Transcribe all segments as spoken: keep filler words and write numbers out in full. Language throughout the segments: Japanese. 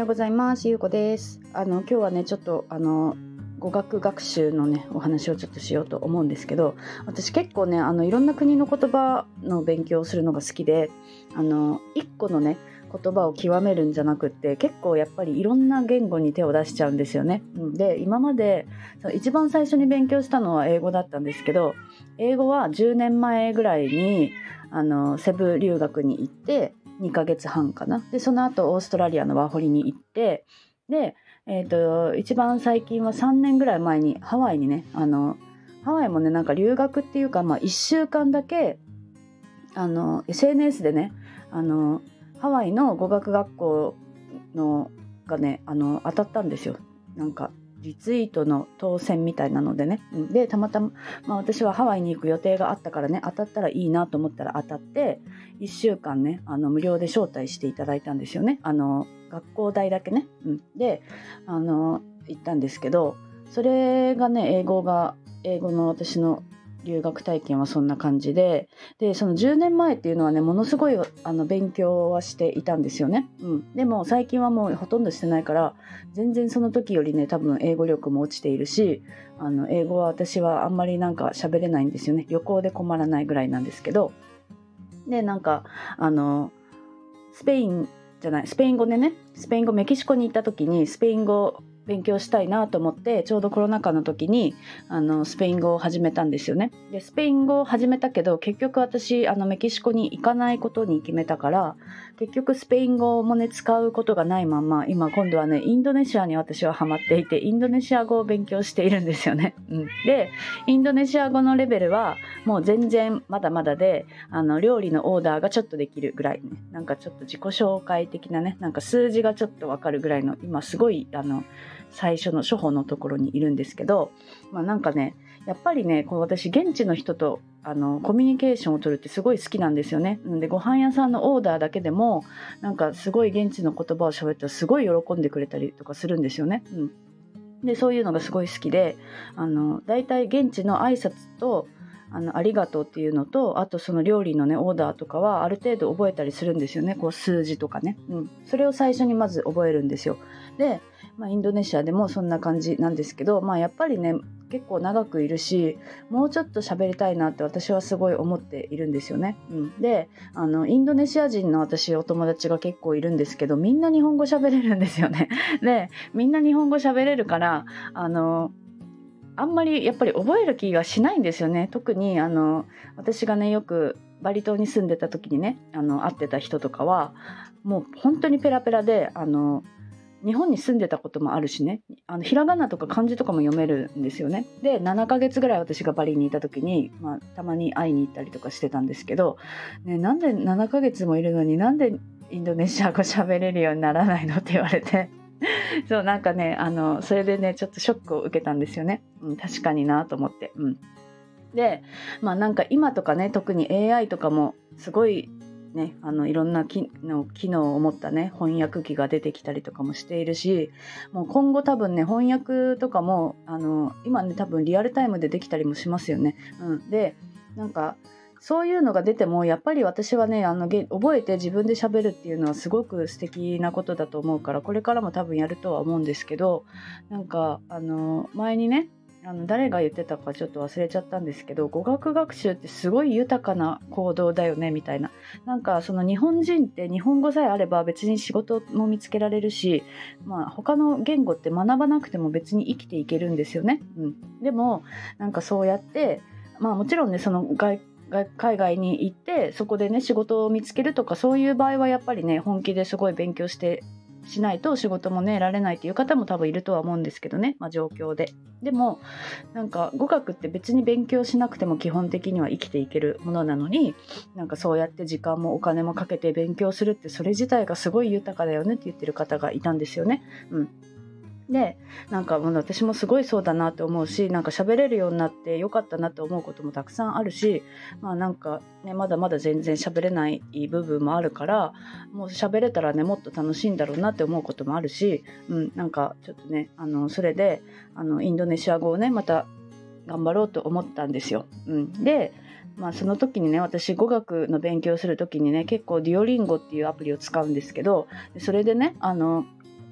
ございます。ゆうこです。あの今日はねちょっとあの語学学習のねお話をちょっとしようと思うんですけど、私結構ねあのいろんな国の言葉の勉強をするのが好きで、あの一個のね言葉を極めるんじゃなくって結構やっぱりいろんな言語に手を出しちゃうんですよね。で今まで一番最初に勉強したのは英語だったんですけど、英語はじゅうねんまえぐらいにあのセブ留学に行ってにかげつはんかな。でその後オーストラリアのワーホリに行って、で、えー、と一番最近はさんねんぐらい前にハワイにねあのハワイもねなんか留学っていうか、まあ、いっしゅうかんだけあの エスエヌエス でねあのハワイの語学学校のがねあの当たったんですよ。なんかリツイートの当選みたいなのでね。でたまたま、まあ、私はハワイに行く予定があったからね当たったらいいなと思ったら当たって、いっしゅうかんねあの無料で招待していただいたんですよね。あの学校代だけね、うん、であの行ったんですけど、それがね英語が英語の私の留学体験はそんな感じで、でそのじゅうねんまえっていうのはねものすごいあの勉強はしていたんですよね、うん、でも最近はもうほとんどしてないから全然その時よりね多分英語力も落ちているし、あの英語は私はあんまりなんか喋れないんですよね。旅行で困らないぐらいなんですけど、でなんかあのスペインじゃないスペイン語でねスペイン語メキシコに行った時にスペイン語勉強したいなと思って、ちょうどコロナ禍の時にあのスペイン語を始めたんですよね。でスペイン語を始めたけど結局私あのメキシコに行かないことに決めたから、結局スペイン語もね使うことがないまま今今度はねインドネシアに私はハマっていて、インドネシア語を勉強しているんですよね、うん、でインドネシア語のレベルはもう全然まだまだで、あの料理のオーダーがちょっとできるぐらいね、なんかちょっと自己紹介的なねなんか数字がちょっとわかるぐらいの今すごいあの最初の初歩のところにいるんですけど、まあなんかねやっぱりねこう私現地の人とあのコミュニケーションを取るってすごい好きなんですよね。でご飯屋さんのオーダーだけでもなんかすごい現地の言葉を喋ったらすごい喜んでくれたりとかするんですよね、うん、でそういうのがすごい好きで、あのだいたい現地の挨拶とあのありがとうっていうのと、あとその料理のねオーダーとかはある程度覚えたりするんですよね。こう数字とかね、うん、それを最初にまず覚えるんですよ。で、まあ、インドネシアでもそんな感じなんですけど、まあ、やっぱりね結構長くいるしもうちょっと喋りたいなって私はすごい思っているんですよね、うん、であのインドネシア人の私お友達が結構いるんですけど、みんな日本語喋れるんですよね。でみんな日本語喋れるからあのあんまりやっぱり覚える気がしないんですよね。特にあの私がねよくバリ島に住んでた時にねあの会ってた人とかはもう本当にペラペラで、あの日本に住んでたこともあるしね、あのひらがなとか漢字とかも読めるんですよね。でななかげつぐらい私がバリにいた時に、まあ、たまに会いに行ったりとかしてたんですけど、ね、なんでななかげつもいるのになんでインドネシア語喋れるようにならないのって言われてそうなんかねあのそれでねちょっとショックを受けたんですよね、うん、確かになと思って、うん、でまあなんか今とかね特に エーアイ とかもすごいねあのいろんな機能、機能を持ったね翻訳機が出てきたりとかもしているし、もう今後多分ね翻訳とかもあの今ね多分リアルタイムでできたりもしますよね、うん、でなんかそういうのが出てもやっぱり私はねあの覚えて自分で喋るっていうのはすごく素敵なことだと思うから、これからも多分やるとは思うんですけど、なんかあの前にねあの誰が言ってたかちょっと忘れちゃったんですけど、語学学習ってすごい豊かな行動だよねみたいな、なんかその日本人って日本語さえあれば別に仕事も見つけられるし、まあ、他の言語って学ばなくても別に生きていけるんですよね、うん、でもなんかそうやってまあもちろんねその外海外に行ってそこでね仕事を見つけるとかそういう場合はやっぱりね本気ですごい勉強してしないと仕事もね得られないっていう方も多分いるとは思うんですけどね、まあ、状況で。でもなんか語学って別に勉強しなくても基本的には生きていけるものなのに、なんかそうやって時間もお金もかけて勉強するってそれ自体がすごい豊かだよねって言ってる方がいたんですよね、うん、でなんかもう私もすごいそうだなと思うし、なんか喋れるようになってよかったなと思うこともたくさんあるし、まあなんかねまだまだ全然喋れない部分もあるから、もう喋れたらねもっと楽しいんだろうなって思うこともあるし、うん、なんかちょっとねあのそれであのインドネシア語をねまた頑張ろうと思ったんですよ、うん、でまあ、その時にね私語学の勉強する時にね結構デュオリンゴっていうアプリを使うんですけど、それでねあの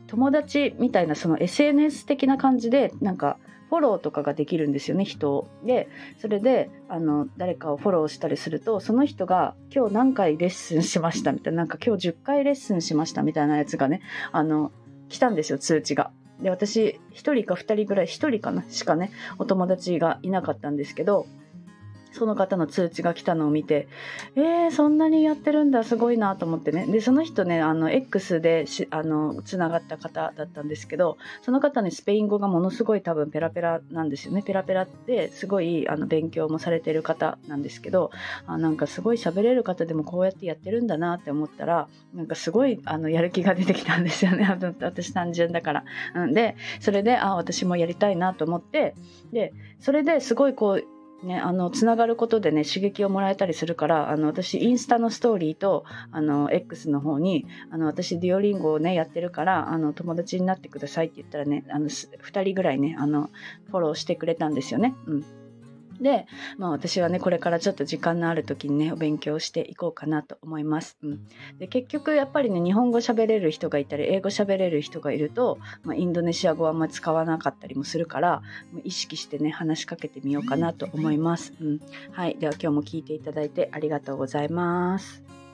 友達みたいなその エスエヌエス 的な感じでなんかフォローとかができるんですよね、人を。でそれであの誰かをフォローしたりすると、その人が今日何回レッスンしましたみたいな、なんか今日じゅっかいレッスンしましたみたいなやつがね、あの来たんですよ、通知が。で私ひとりかふたりぐらい、ひとりかなしかねお友達がいなかったんですけど、その方の通知が来たのを見て、えー、そんなにやってるんだ、すごいなと思ってね。でその人ね、あの X でしあのつながった方だったんですけど、その方にスペイン語がものすごい多分ペラペラなんですよね。ペラペラってすごいあの勉強もされてる方なんですけど、あなんかすごい喋れる方でもこうやってやってるんだなって思ったら、なんかすごいあのやる気が出てきたんですよね。私単純だから、うん、でそれであ私もやりたいなと思って、でそれですごいこうね、あのつながることでね刺激をもらえたりするから、あの私インスタのストーリーとあの X の方にあの私デュオリンゴをねやってるからあの友達になってくださいって言ったらね、あのふたりぐらいねあのフォローしてくれたんですよね。うんで、まあ、私はねこれからちょっと時間のある時にねお勉強していこうかなと思います、うん、で結局やっぱりね日本語喋れる人がいたり英語喋れる人がいると、まあ、インドネシア語はあんまり使わなかったりもするから、意識してね話しかけてみようかなと思います、うん、はい、では今日も聞いていただいてありがとうございます。